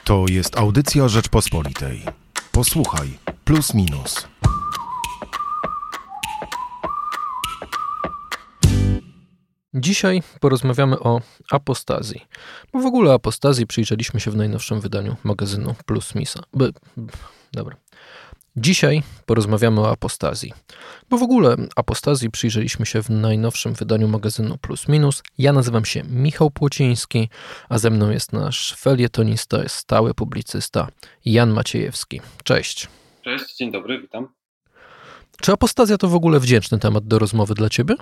To jest audycja Rzeczpospolitej. Posłuchaj, plus minus. Dzisiaj porozmawiamy o apostazji. Bo w ogóle apostazji przyjrzeliśmy się w najnowszym wydaniu magazynu Plus Misa. Dobra. Dzisiaj porozmawiamy o apostazji. Bo w ogóle apostazji przyjrzeliśmy się w najnowszym wydaniu magazynu Plus Minus. Ja nazywam się Michał Płociński, a ze mną jest nasz felietonista, stały publicysta Jan Maciejewski. Cześć. Cześć, dzień dobry, witam. Czy apostazja to w ogóle wdzięczny temat do rozmowy dla ciebie?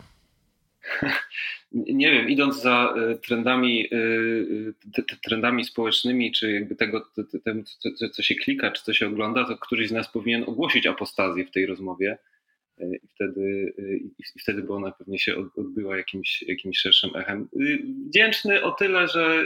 Nie wiem, idąc za trendami społecznymi, czy jakby tego, co się klika, czy co się ogląda, to któryś z nas powinien ogłosić apostazję w tej rozmowie i wtedy by ona pewnie się odbyła jakimś szerszym echem. Wdzięczny o tyle, że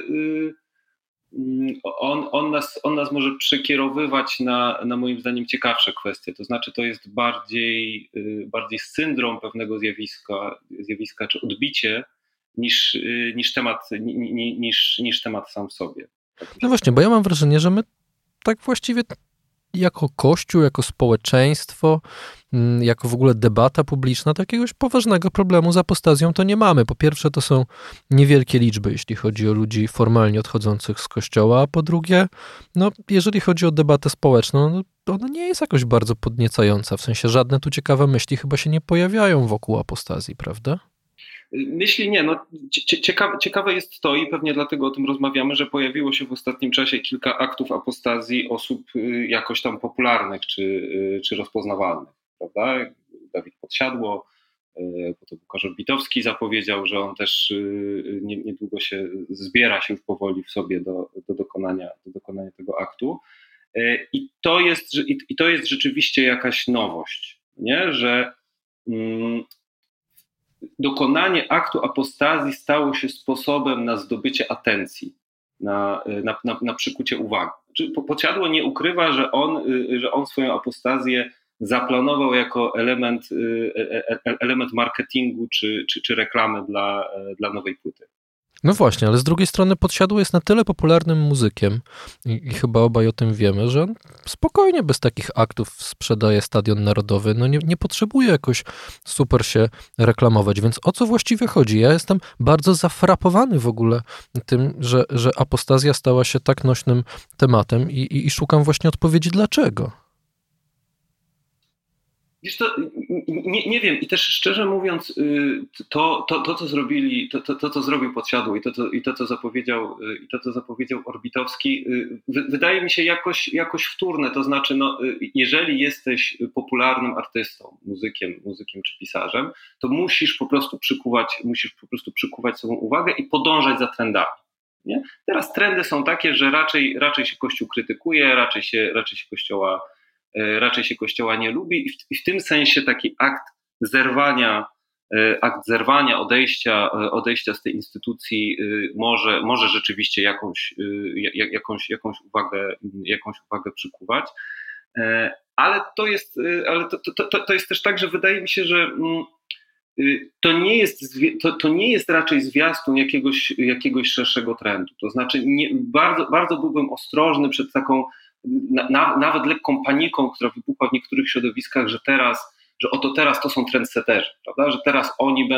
on nas może przekierowywać na moim zdaniem ciekawsze kwestie. To znaczy to jest bardziej syndrom pewnego zjawiska czy odbicie niż temat sam w sobie. No właśnie, bo ja mam wrażenie, że my tak właściwie jako Kościół, jako społeczeństwo, jako w ogóle debata publiczna, takiegoś poważnego problemu z apostazją to nie mamy. Po pierwsze, to są niewielkie liczby, jeśli chodzi o ludzi formalnie odchodzących z Kościoła, a po drugie, jeżeli chodzi o debatę społeczną, to ona nie jest jakoś bardzo podniecająca. W sensie żadne tu ciekawe myśli chyba się nie pojawiają wokół apostazji, prawda? Myśli nie, ciekawe jest to i pewnie dlatego o tym rozmawiamy, że pojawiło się w ostatnim czasie kilka aktów apostazji osób jakoś tam popularnych czy rozpoznawalnych, prawda? Dawid Podsiadło, potem Łukasz Orbitowski zapowiedział, że on też niedługo zbiera się już powoli w sobie do dokonania tego aktu. I to jest rzeczywiście jakaś nowość, nie? Że dokonanie aktu apostazji stało się sposobem na zdobycie atencji, na przykucie uwagi. Podsiadło nie ukrywa, że on swoją apostazję zaplanował jako element marketingu czy reklamy dla nowej płyty. No właśnie, ale z drugiej strony Podsiadło jest na tyle popularnym muzykiem i chyba obaj o tym wiemy, że on spokojnie bez takich aktów sprzedaje Stadion Narodowy. Nie potrzebuje jakoś super się reklamować, więc o co właściwie chodzi? Ja jestem bardzo zafrapowany w ogóle tym, że apostazja stała się tak nośnym tematem i szukam właśnie odpowiedzi dlaczego. Wiesz, nie wiem i też szczerze mówiąc to co zrobił Podsiadło i to co zapowiedział Orbitowski wydaje mi się jakoś wtórne, to znaczy jeżeli jesteś popularnym artystą, muzykiem czy pisarzem, to musisz po prostu przykuwać swoją uwagę i podążać za trendami. Nie? Teraz trendy są takie, że raczej się Kościół krytykuje, raczej się Kościoła nie lubi i w tym sensie taki akt zerwania, odejścia z tej instytucji może rzeczywiście jakąś uwagę przykuwać. Ale to jest też tak, że wydaje mi się, że to nie jest raczej zwiastun jakiegoś szerszego trendu. To znaczy bardzo, bardzo byłbym ostrożny przed taką nawet lekką paniką, która wybuchła w niektórych środowiskach, że teraz to są trendsetterzy, prawda? Że teraz oni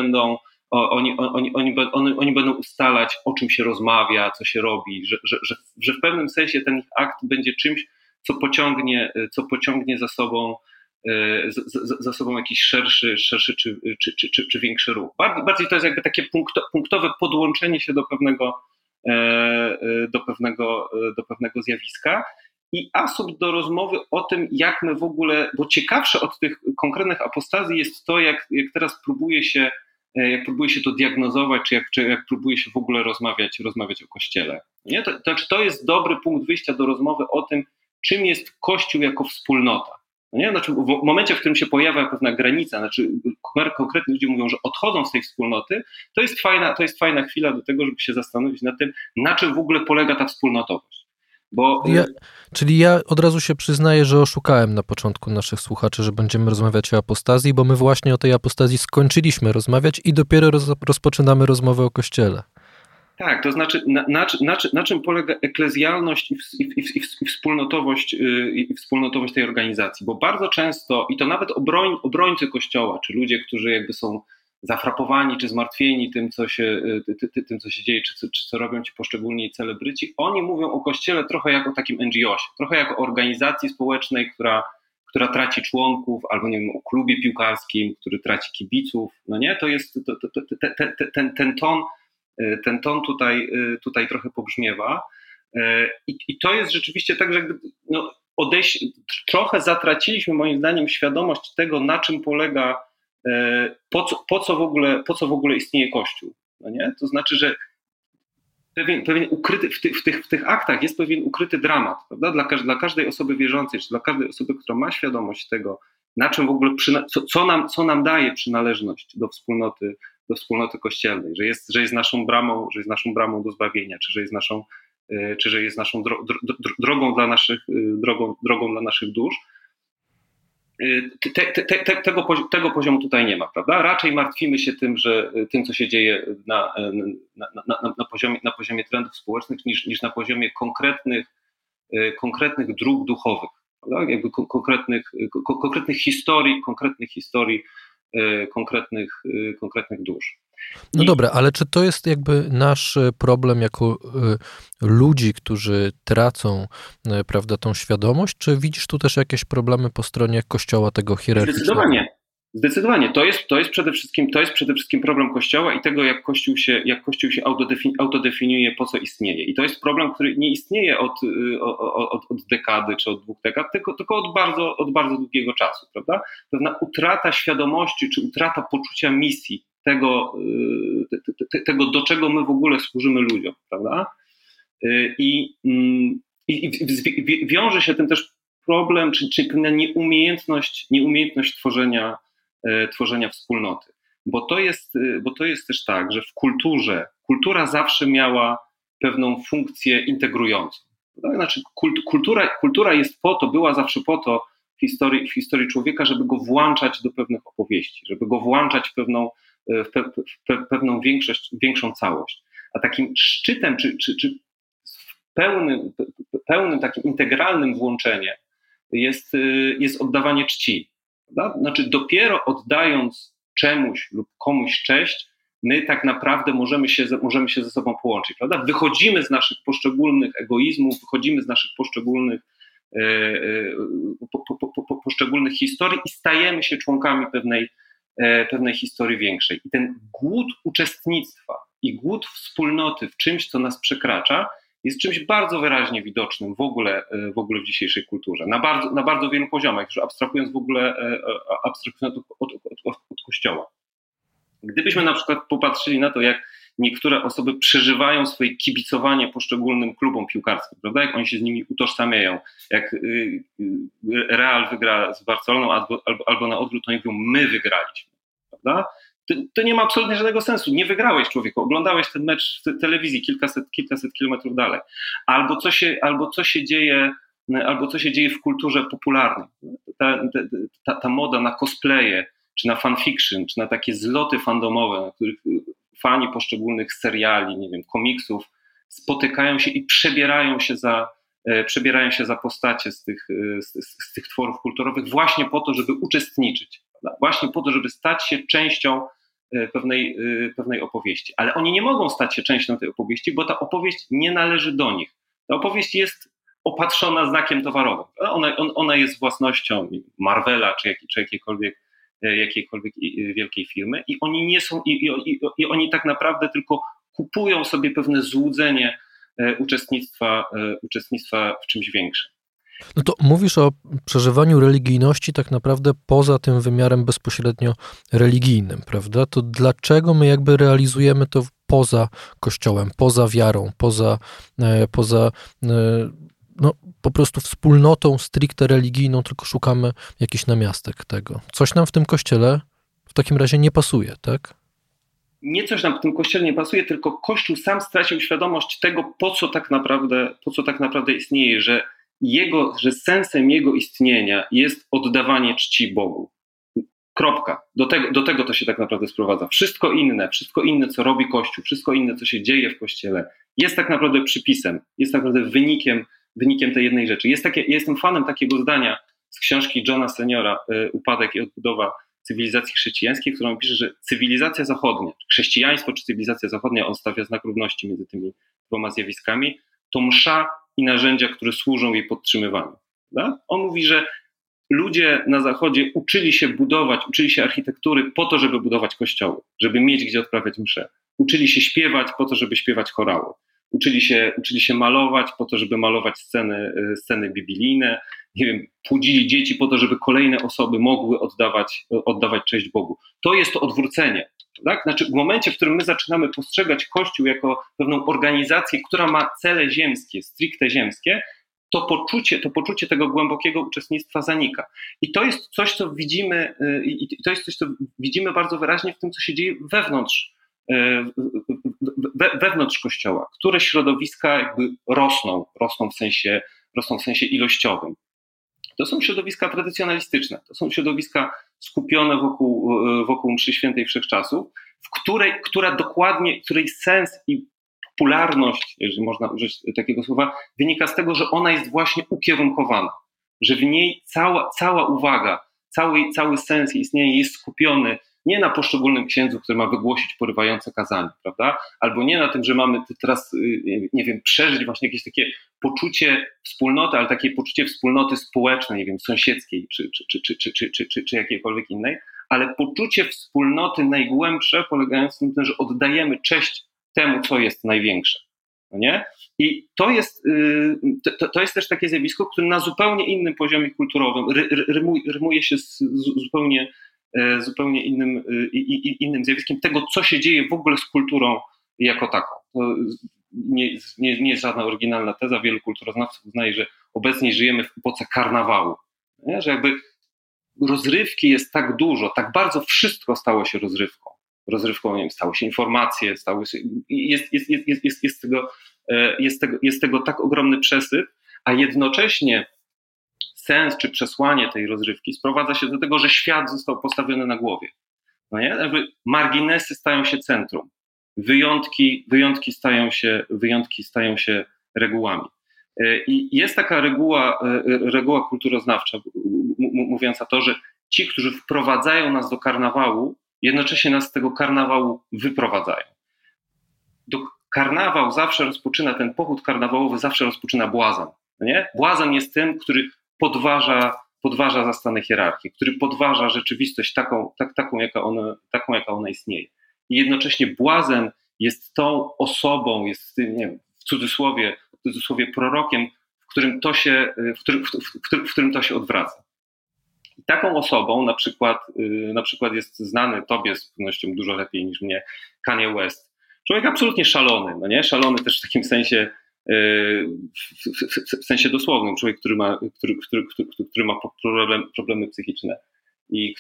będą ustalać, o czym się rozmawia, co się robi, że w pewnym sensie ten ich akt będzie czymś, co pociągnie za sobą jakiś szerszy czy większy ruch. Bardziej to jest jakby takie punktowe podłączenie się do pewnego zjawiska. I asumpt do rozmowy o tym, jak my w ogóle, bo ciekawsze od tych konkretnych apostazji jest to, jak teraz próbuje się to diagnozować, czy jak próbuje się w ogóle rozmawiać o Kościele. Nie? To jest dobry punkt wyjścia do rozmowy o tym, czym jest Kościół jako wspólnota. Nie? Znaczy, w momencie, w którym się pojawia pewna granica, znaczy konkretni ludzie mówią, że odchodzą z tej wspólnoty, to jest fajna chwila do tego, żeby się zastanowić nad tym, na czym w ogóle polega ta wspólnotowość. Czyli ja od razu się przyznaję, że oszukałem na początku naszych słuchaczy, że będziemy rozmawiać o apostazji, bo my właśnie o tej apostazji skończyliśmy rozmawiać i dopiero rozpoczynamy rozmowę o Kościele. Tak, to znaczy na czym polega eklezjalność i wspólnotowość tej organizacji, bo bardzo często, i to nawet obrońcy Kościoła, czy ludzie, którzy jakby są zafrapowani czy zmartwieni tym, co się dzieje, czy co robią ci poszczególni celebryci, oni mówią o Kościele trochę jak o takim NGO-sie, trochę jak o organizacji społecznej, która traci członków, albo nie wiem, o klubie piłkarskim, który traci kibiców, no nie, to jest ten ton tutaj trochę pobrzmiewa i to jest rzeczywiście tak, że jakby, no, trochę zatraciliśmy moim zdaniem świadomość tego, na czym polega, po co w ogóle istnieje Kościół, no nie? To znaczy, że pewien ukryty w tych aktach jest pewien ukryty dramat, prawda? Dla każdej osoby wierzącej, czy dla każdej osoby, która ma świadomość tego, na czym w ogóle co nam daje przynależność do wspólnoty kościelnej, że jest naszą bramą do zbawienia, czy że jest naszą drogą dla naszych dusz. Tego poziomu tutaj nie ma, prawda? Raczej martwimy się tym, co się dzieje na poziomie trendów społecznych, niż na poziomie konkretnych dróg duchowych, prawda? Jakby konkretnych historii, konkretnych dusz. No dobra, ale czy to jest jakby nasz problem jako ludzi, którzy tracą, prawda, tą świadomość, czy widzisz tu też jakieś problemy po stronie Kościoła, tego hierarchicznego? Zdecydowanie. To jest przede wszystkim problem Kościoła i tego, jak Kościół się autodefiniuje, po co istnieje. I to jest problem, który nie istnieje od dekady czy od 2 dekad, tylko od bardzo długiego czasu, prawda? Pewna utrata świadomości czy utrata poczucia misji, tego do czego my w ogóle służymy ludziom, prawda? I wiąże się tym też problem, czy pewna nieumiejętność tworzenia wspólnoty. Bo to jest też tak, że w kultura zawsze miała pewną funkcję integrującą. Znaczy kultura jest była zawsze po to w historii człowieka, żeby go włączać do pewnych opowieści, żeby go włączać w pewną większą całość. A takim szczytem, czy pełnym takim integralnym włączeniem jest oddawanie czci. Prawda? Znaczy dopiero oddając czemuś lub komuś cześć, my tak naprawdę możemy się ze sobą połączyć. Prawda? Wychodzimy z naszych poszczególnych egoizmów, wychodzimy z naszych poszczególnych historii i stajemy się członkami pewnej historii większej. I ten głód uczestnictwa i głód wspólnoty w czymś, co nas przekracza, jest czymś bardzo wyraźnie widocznym w ogóle w dzisiejszej kulturze, na bardzo wielu poziomach, już abstrahując od Kościoła. Gdybyśmy na przykład popatrzyli na to, jak niektóre osoby przeżywają swoje kibicowanie poszczególnym klubom piłkarskim, prawda? Jak oni się z nimi utożsamiają, jak Real wygra z Barceloną albo na odwrót, oni mówią, my wygraliśmy, prawda? To nie ma absolutnie żadnego sensu. Nie wygrałeś, człowieku. Oglądałeś ten mecz w telewizji kilkaset kilometrów dalej. Albo co się dzieje w kulturze popularnej. Ta moda na cosplaye, czy na fanfiction, czy na takie zloty fandomowe, na których fani poszczególnych seriali, nie wiem, komiksów spotykają się i przebierają się za postacie z tych tworów kulturowych właśnie po to, żeby uczestniczyć. Prawda? Właśnie po to, żeby stać się częścią pewnej opowieści. Ale oni nie mogą stać się częścią tej opowieści, bo ta opowieść nie należy do nich. Ta opowieść jest opatrzona znakiem towarowym. Ona jest własnością Marvela czy jakiejkolwiek wielkiej firmy i oni nie są i oni tak naprawdę tylko kupują sobie pewne złudzenie uczestnictwa w czymś większym. No to mówisz o przeżywaniu religijności tak naprawdę poza tym wymiarem bezpośrednio religijnym, prawda? To dlaczego my jakby realizujemy to poza Kościołem, poza wiarą, poza no, po prostu wspólnotą stricte religijną, tylko szukamy jakichś namiastek tego. Coś nam w tym Kościele w takim razie nie pasuje, tak? Nie coś nam w tym Kościele nie pasuje, tylko Kościół sam stracił świadomość tego, po co tak naprawdę istnieje, że sensem jego istnienia jest oddawanie czci Bogu. Kropka. Do tego to się tak naprawdę sprowadza. Wszystko inne, co robi Kościół, wszystko inne, co się dzieje w Kościele, jest tak naprawdę przypisem, jest tak naprawdę wynikiem tej jednej rzeczy. Ja jestem fanem takiego zdania z książki Johna Seniora, Upadek i odbudowa cywilizacji chrześcijańskiej, w którą pisze, że cywilizacja zachodnia, chrześcijaństwo czy cywilizacja zachodnia, on stawia znak równości między tymi dwoma zjawiskami, to msza i narzędzia, które służą jej podtrzymywaniu. Da? On mówi, że ludzie na Zachodzie uczyli się architektury po to, żeby budować kościoły, żeby mieć gdzie odprawiać msze. Uczyli się śpiewać po to, żeby śpiewać chorały. Uczyli się malować po to, żeby malować sceny biblijne. Nie wiem, płudzili dzieci po to, żeby kolejne osoby mogły oddawać cześć Bogu. To jest to odwrócenie. Tak? Znaczy w momencie, w którym my zaczynamy postrzegać Kościół jako pewną organizację, która ma cele ziemskie, stricte ziemskie, to poczucie tego głębokiego uczestnictwa zanika. I to jest coś, co widzimy bardzo wyraźnie w tym, co się dzieje wewnątrz Kościoła, które środowiska jakby rosną w sensie ilościowym. To są środowiska tradycjonalistyczne, to są środowiska skupione wokół mszy świętej wszechczasów, której sens i popularność, jeżeli można użyć takiego słowa, wynika z tego, że ona jest właśnie ukierunkowana, że w niej cała uwaga, cały sens istnienia jest skupiony nie na poszczególnym księdzu, który ma wygłosić porywające kazanie, prawda? Albo nie na tym, że mamy teraz, nie wiem, przeżyć właśnie jakieś takie poczucie wspólnoty, ale takie poczucie wspólnoty społecznej, nie wiem, sąsiedzkiej czy jakiejkolwiek innej, ale poczucie wspólnoty najgłębsze polegające na tym, że oddajemy cześć temu, co jest największe. No nie? I to jest też takie zjawisko, które na zupełnie innym poziomie kulturowym rymuje się z zupełnie innym zjawiskiem tego, co się dzieje w ogóle z kulturą jako taką. To nie jest żadna oryginalna teza. Wielu kulturoznawców uznaje, że obecnie żyjemy w epoce karnawału. Nie? Że jakby rozrywki jest tak dużo, tak bardzo wszystko stało się rozrywką. Nie wiem, stały się informacje, jest tego tak ogromny przesyp, a jednocześnie sens czy przesłanie tej rozrywki sprowadza się do tego, że świat został postawiony na głowie. No nie? Jakby marginesy stają się centrum, wyjątki stają się regułami. I jest taka reguła kulturoznawcza mówiąca to, że ci, którzy wprowadzają nas do karnawału, jednocześnie nas z tego karnawału wyprowadzają. Ten pochód karnawałowy zawsze rozpoczyna błazan. No nie? Błazan jest tym, który podważa zastane hierarchii, który podważa rzeczywistość taką, jaka ona istnieje. I jednocześnie błazen jest tą osobą, jest, nie wiem, w cudzysłowie prorokiem, w którym to się odwraca. I taką osobą na przykład jest znany tobie z pewnością dużo lepiej niż mnie Kanye West. Człowiek absolutnie szalony, no nie? Szalony też w takim sensie, w sensie dosłownym. Człowiek, który ma problemy psychiczne i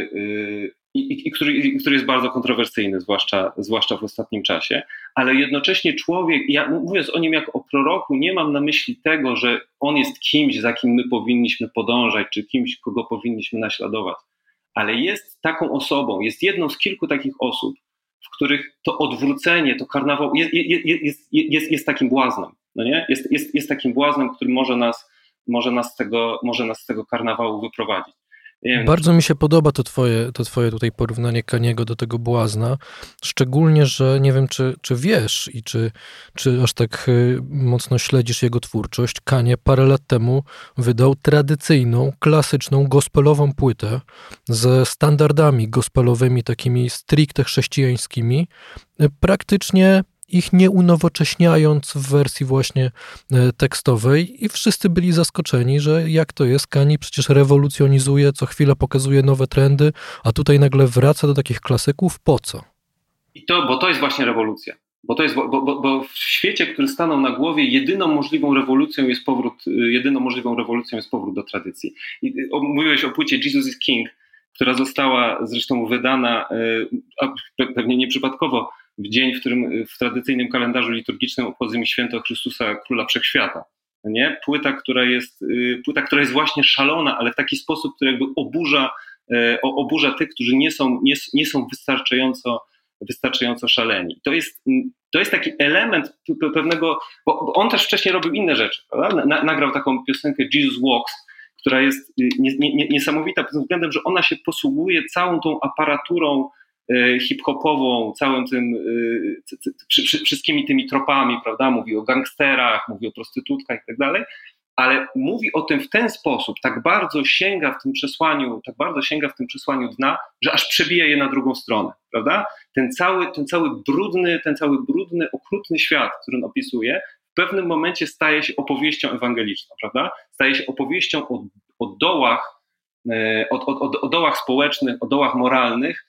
który jest bardzo kontrowersyjny, zwłaszcza w ostatnim czasie, ale jednocześnie człowiek, ja mówiąc o nim jako o proroku, nie mam na myśli tego, że on jest kimś, za kim my powinniśmy podążać, czy kimś, kogo powinniśmy naśladować, ale jest taką osobą, jest jedną z kilku takich osób, w których to odwrócenie, to karnawał jest takim błaznem, no nie? Jest takim błaznem, który może nas z tego karnawału wyprowadzić. Bardzo mi się podoba to twoje tutaj porównanie Kaniego do tego błazna, szczególnie, że nie wiem, czy wiesz i czy aż tak mocno śledzisz jego twórczość. Kanie parę lat temu wydał tradycyjną, klasyczną, gospelową płytę ze standardami gospelowymi, takimi stricte chrześcijańskimi, praktycznie ich nie unowocześniając w wersji właśnie tekstowej i wszyscy byli zaskoczeni, że jak to jest, Kani przecież rewolucjonizuje, co chwilę pokazuje nowe trendy, a tutaj nagle wraca do takich klasyków, po co? Bo to jest właśnie rewolucja. Bo w świecie, który stanął na głowie, jedyną możliwą rewolucją jest powrót do tradycji. I mówiłeś o płycie Jesus is King, która została zresztą wydana, pewnie nieprzypadkowo, w dzień, w którym w tradycyjnym kalendarzu liturgicznym obchodzimy święto Chrystusa, Króla Wszechświata. Nie? Płyta, która jest właśnie szalona, ale w taki sposób, który jakby oburza tych, którzy nie są wystarczająco szaleni. To jest taki element pewnego, bo on też wcześniej robił inne rzeczy, prawda? Nagrał taką piosenkę Jesus Walks, która jest niesamowita pod tym względem, że ona się posługuje całą tą aparaturą hip-hopową, całym tym, wszystkimi tymi tropami, prawda? Mówi o gangsterach, mówi o prostytutkach i tak dalej, ale mówi o tym w ten sposób, tak bardzo sięga w tym przesłaniu dna, że aż przebija je na drugą stronę, prawda? Ten cały brudny, okrutny świat, który on opisuje, w pewnym momencie staje się opowieścią ewangeliczną, prawda? Staje się opowieścią o dołach społecznych, o dołach moralnych,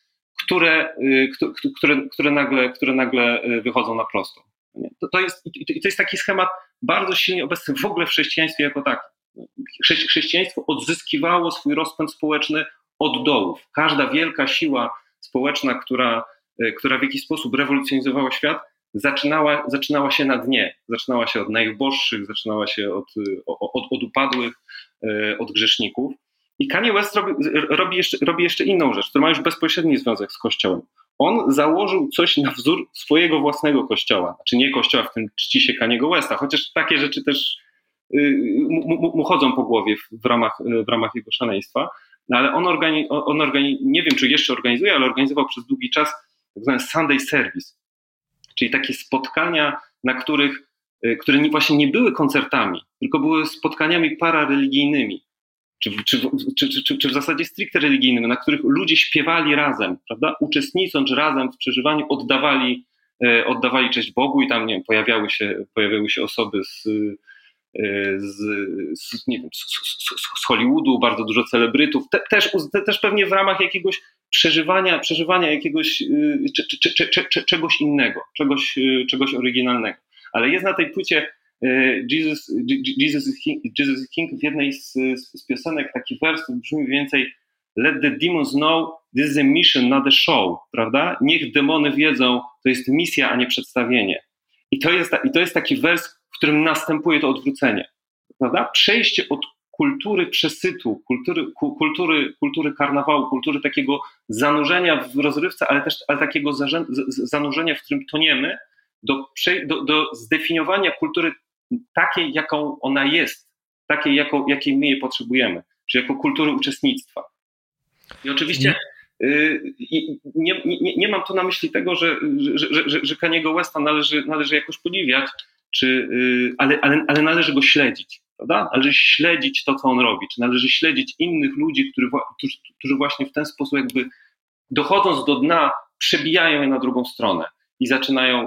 które nagle wychodzą na prostą. To jest taki schemat bardzo silnie obecny w ogóle w chrześcijaństwie jako takim. Chrześcijaństwo odzyskiwało swój rozpęd społeczny od dołów. Każda wielka siła społeczna, która w jakiś sposób rewolucjonizowała świat, zaczynała się na dnie. Zaczynała się od najuboższych, zaczynała się od upadłych, od grzeszników. I Kanye West robi jeszcze inną rzecz, która ma już bezpośredni związek z Kościołem. On założył coś na wzór swojego własnego kościoła. Znaczy nie kościoła, w którym czci się Kaniego Westa, chociaż takie rzeczy też mu chodzą po głowie w ramach jego szaleństwa. No ale nie wiem, czy jeszcze organizuje, ale organizował przez długi czas tak zwany Sunday Service, czyli takie spotkania, które właśnie nie były koncertami, tylko były spotkaniami parareligijnymi. Czy w zasadzie stricte religijnym, na których ludzie śpiewali razem, prawda? Uczestnicząc razem w przeżywaniu, oddawali cześć Bogu i tam, nie wiem, pojawiały się osoby z Hollywoodu, bardzo dużo celebrytów, też pewnie w ramach jakiegoś przeżywania jakiegoś czegoś innego, czegoś oryginalnego. Ale jest na tej płycie Jesus is King w jednej z piosenek taki wers, który brzmi mniej więcej let the demons know this is a mission, not a show, prawda? Niech demony wiedzą, to jest misja, a nie przedstawienie. I to jest taki wers, w którym następuje to odwrócenie, prawda? Przejście od kultury przesytu, kultury karnawału, kultury takiego zanurzenia w rozrywce, ale takiego zanurzenia, w którym toniemy, do zdefiniowania kultury takiej, jaką ona jest, takiej, jakiej my jej potrzebujemy, czyli jako kultury uczestnictwa. I oczywiście nie mam tu na myśli tego, że Kaniego Westa należy jakoś podziwiać, ale należy go śledzić, prawda? Należy śledzić to, co on robi, czy należy śledzić innych ludzi, którzy właśnie w ten sposób jakby dochodząc do dna, przebijają je na drugą stronę i zaczynają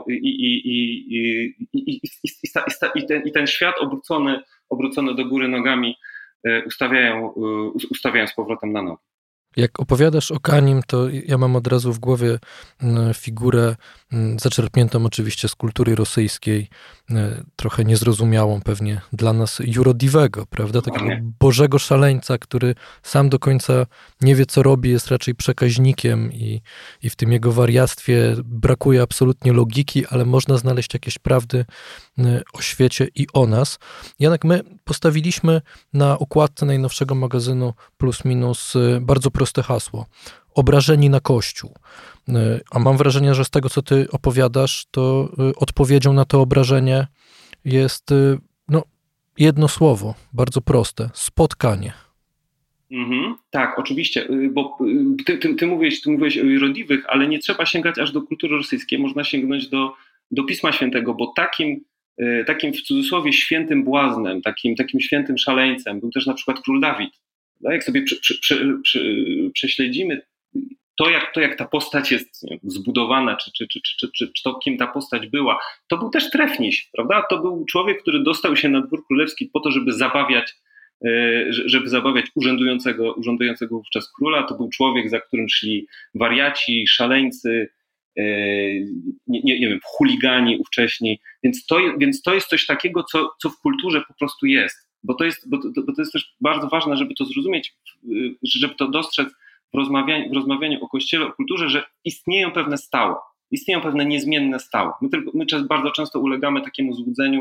i ten świat obrócony do góry nogami ustawiają z powrotem na nogi. Jak opowiadasz o Kanim, to ja mam od razu w głowie figurę zaczerpniętą oczywiście z kultury rosyjskiej, trochę niezrozumiałą pewnie dla nas Jurodivego, prawda? Takiego bożego szaleńca, który sam do końca nie wie, co robi, jest raczej przekaźnikiem i w tym jego wariactwie brakuje absolutnie logiki, ale można znaleźć jakieś prawdy o świecie i o nas. Janek, my postawiliśmy na okładce najnowszego magazynu Plus Minus bardzo proste hasło. Obrażeni na Kościół. A mam wrażenie, że z tego, co ty opowiadasz, to odpowiedzią na to obrażenie jest jedno słowo, bardzo proste. Spotkanie. Tak, oczywiście, bo ty mówiłeś o Jurodivych, ale nie trzeba sięgać aż do kultury rosyjskiej, można sięgnąć do Pisma Świętego, bo takim w cudzysłowie świętym błaznem, takim świętym szaleńcem był też na przykład król Dawid. Jak sobie prześledzimy to, jak ta postać jest zbudowana, czy to, kim ta postać była, to był też trefniś, prawda? To był człowiek, który dostał się na dwór królewski po to, żeby zabawiać urzędującego wówczas króla. To był człowiek, za którym szli wariaci, szaleńcy, nie wiem, chuligani ówcześni. Więc to jest coś takiego, co w kulturze po prostu jest. Bo to jest też bardzo ważne, żeby to zrozumieć, żeby to dostrzec w rozmawianiu o Kościele, o kulturze, że istnieją pewne stałe, istnieją pewne niezmienne stałe. My bardzo często ulegamy takiemu złudzeniu,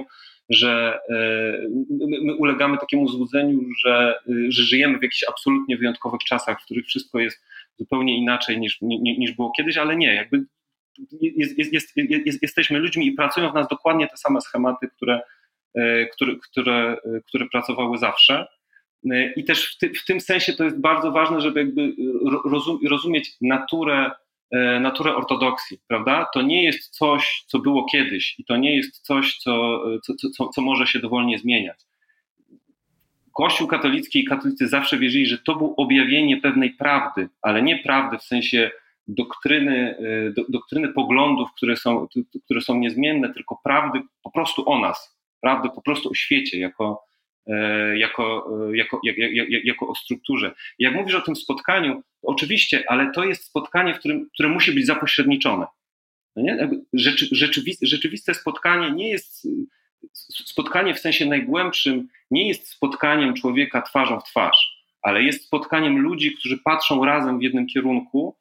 że my ulegamy takiemu złudzeniu, że żyjemy w jakichś absolutnie wyjątkowych czasach, w których wszystko jest zupełnie inaczej niż było kiedyś, ale nie, jakby jesteśmy ludźmi i pracują w nas dokładnie te same schematy, które pracowały zawsze. I też w tym sensie to jest bardzo ważne, żeby jakby rozumieć naturę ortodoksji, prawda? To nie jest coś, co było kiedyś i to nie jest coś, co może się dowolnie zmieniać. Kościół katolicki i katolicy zawsze wierzyli, że to było objawienie pewnej prawdy, ale nie prawdy w sensie doktryny poglądów, które są niezmienne, tylko prawdy po prostu o nas, prawdy po prostu o świecie, jako o strukturze. Jak mówisz o tym spotkaniu, oczywiście, ale to jest spotkanie, które musi być zapośredniczone. No nie? Rzeczywiste spotkanie nie jest spotkanie w sensie najgłębszym, nie jest spotkaniem człowieka twarzą w twarz, ale jest spotkaniem ludzi, którzy patrzą razem w jednym kierunku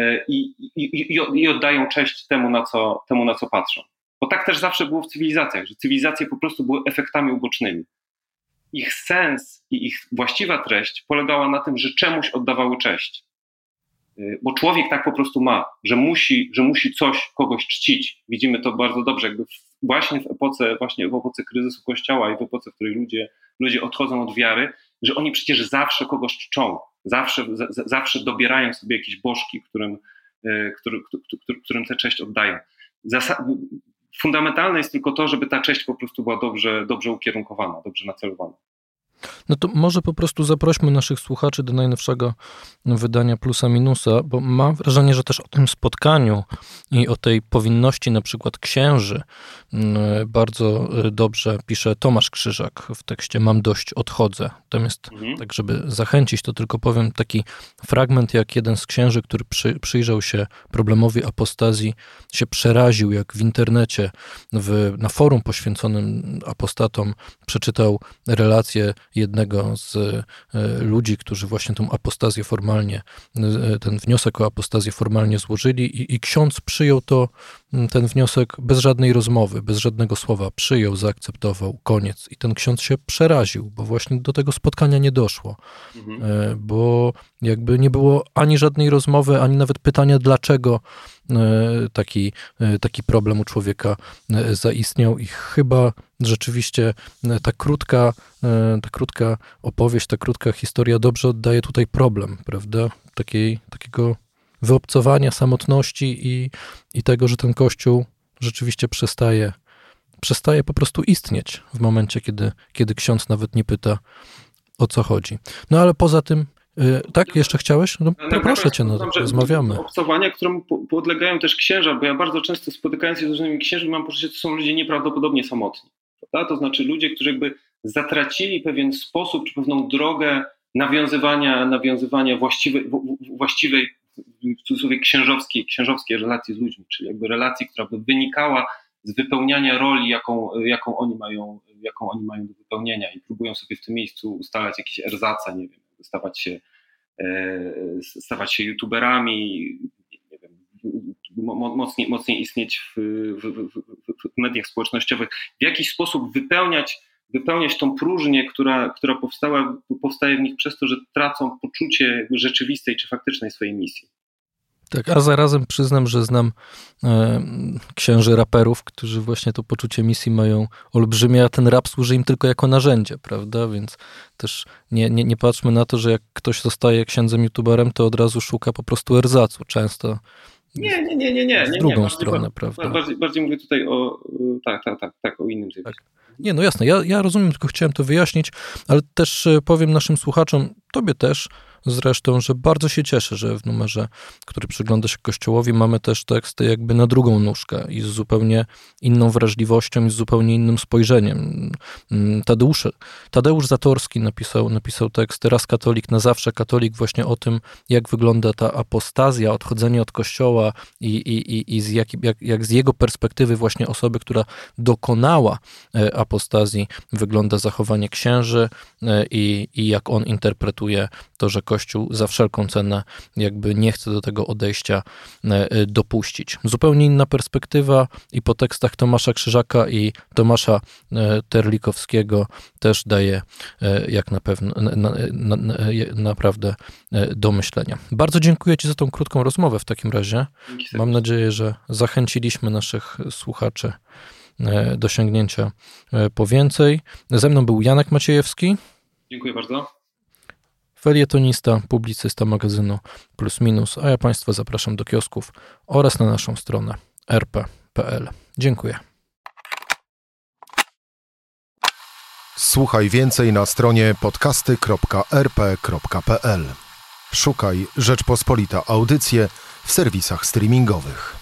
i oddają cześć temu, na co patrzą. Bo tak też zawsze było w cywilizacjach, że cywilizacje po prostu były efektami ubocznymi. Ich sens i ich właściwa treść polegała na tym, że czemuś oddawały cześć. Bo człowiek tak po prostu ma, że musi kogoś czcić. Widzimy to bardzo dobrze, jakby właśnie w epoce kryzysu Kościoła i w epoce, w której ludzie odchodzą od wiary, że oni przecież zawsze kogoś czczą, zawsze dobierają sobie jakieś bożki, którym tę cześć oddają. Fundamentalne jest tylko to, żeby ta cześć po prostu była dobrze ukierunkowana, dobrze nacelowana. No to może po prostu zaprośmy naszych słuchaczy do najnowszego wydania Plusa Minusa, bo mam wrażenie, że też o tym spotkaniu i o tej powinności na przykład księży bardzo dobrze pisze Tomasz Krzyżak w tekście Mam dość, odchodzę. Natomiast tak, żeby zachęcić, to tylko powiem taki fragment, jak jeden z księży, który przyjrzał się problemowi apostazji, się przeraził, jak w internecie na forum poświęconym apostatom przeczytał relację jednego z ludzi, którzy właśnie tą apostazję formalnie, ten wniosek o apostazję formalnie złożyli i ksiądz przyjął ten wniosek bez żadnej rozmowy, bez żadnego słowa. Przyjął, zaakceptował, koniec. I ten ksiądz się przeraził, bo właśnie do tego spotkania nie doszło. Bo jakby nie było ani żadnej rozmowy, ani nawet pytania, dlaczego taki problem u człowieka zaistniał i chyba rzeczywiście ta krótka opowieść, ta krótka historia dobrze oddaje tutaj problem, prawda? Takiego wyobcowania, samotności i tego, że ten Kościół rzeczywiście przestaje po prostu istnieć w momencie, kiedy ksiądz nawet nie pyta, o co chodzi. No ale poza tym, tak, jeszcze chciałeś? No, proszę cię, rozmawiamy. Obcowania, któremu podlegają też księża, bo ja bardzo często spotykając się z różnymi księżmi mam poczucie, że to są ludzie nieprawdopodobnie samotni. Prawda? To znaczy ludzie, którzy jakby zatracili pewien sposób, czy pewną drogę nawiązywania właściwej w cudzysłowie księżowskiej relacji z ludźmi, czyli jakby relacji, która by wynikała z wypełniania roli, jaką oni mają do wypełnienia i próbują sobie w tym miejscu ustalać jakieś erzace, nie wiem, stawać się youtuberami, nie wiem, mocniej istnieć w mediach społecznościowych, w jakiś sposób wypełniać tą próżnię, która powstaje w nich przez to, że tracą poczucie rzeczywistej czy faktycznej swojej misji. Tak, a zarazem przyznam, że znam księży raperów, którzy właśnie to poczucie misji mają olbrzymie, a ten rap służy im tylko jako narzędzie, prawda? Więc też nie patrzmy na to, że jak ktoś zostaje księdzem youtuberem, to od razu szuka po prostu erzacu. Często nie. W drugą stronę, prawda? Bardziej mówię tutaj o innym zjawisku. Tak. Nie, no jasne, ja rozumiem, tylko chciałem to wyjaśnić, ale też powiem naszym słuchaczom, tobie też zresztą, że bardzo się cieszę, że w numerze, który przygląda się Kościołowi, mamy też teksty jakby na drugą nóżkę i z zupełnie inną wrażliwością i z zupełnie innym spojrzeniem. Tadeusz Zatorski napisał tekst Raz katolik, na zawsze katolik, właśnie o tym, jak wygląda ta apostazja, odchodzenie od Kościoła i jak z jego perspektywy właśnie osoby, która dokonała apostazji, wygląda zachowanie księży i jak on interpretuje to, że Kościół za wszelką cenę jakby nie chce do tego odejścia dopuścić. Zupełnie inna perspektywa i po tekstach Tomasza Krzyżaka i Tomasza Terlikowskiego też daje jak naprawdę do myślenia. Bardzo dziękuję Ci za tą krótką rozmowę w takim razie. Mam nadzieję, że zachęciliśmy naszych słuchaczy do sięgnięcia po więcej. Ze mną był Janek Maciejewski. Dziękuję bardzo. Felietonista, publicysta magazynu Plus Minus, a ja Państwa zapraszam do kiosków oraz na naszą stronę rp.pl. Dziękuję. Słuchaj więcej na stronie podcasty.rp.pl. Szukaj Rzeczpospolita Audycje w serwisach streamingowych.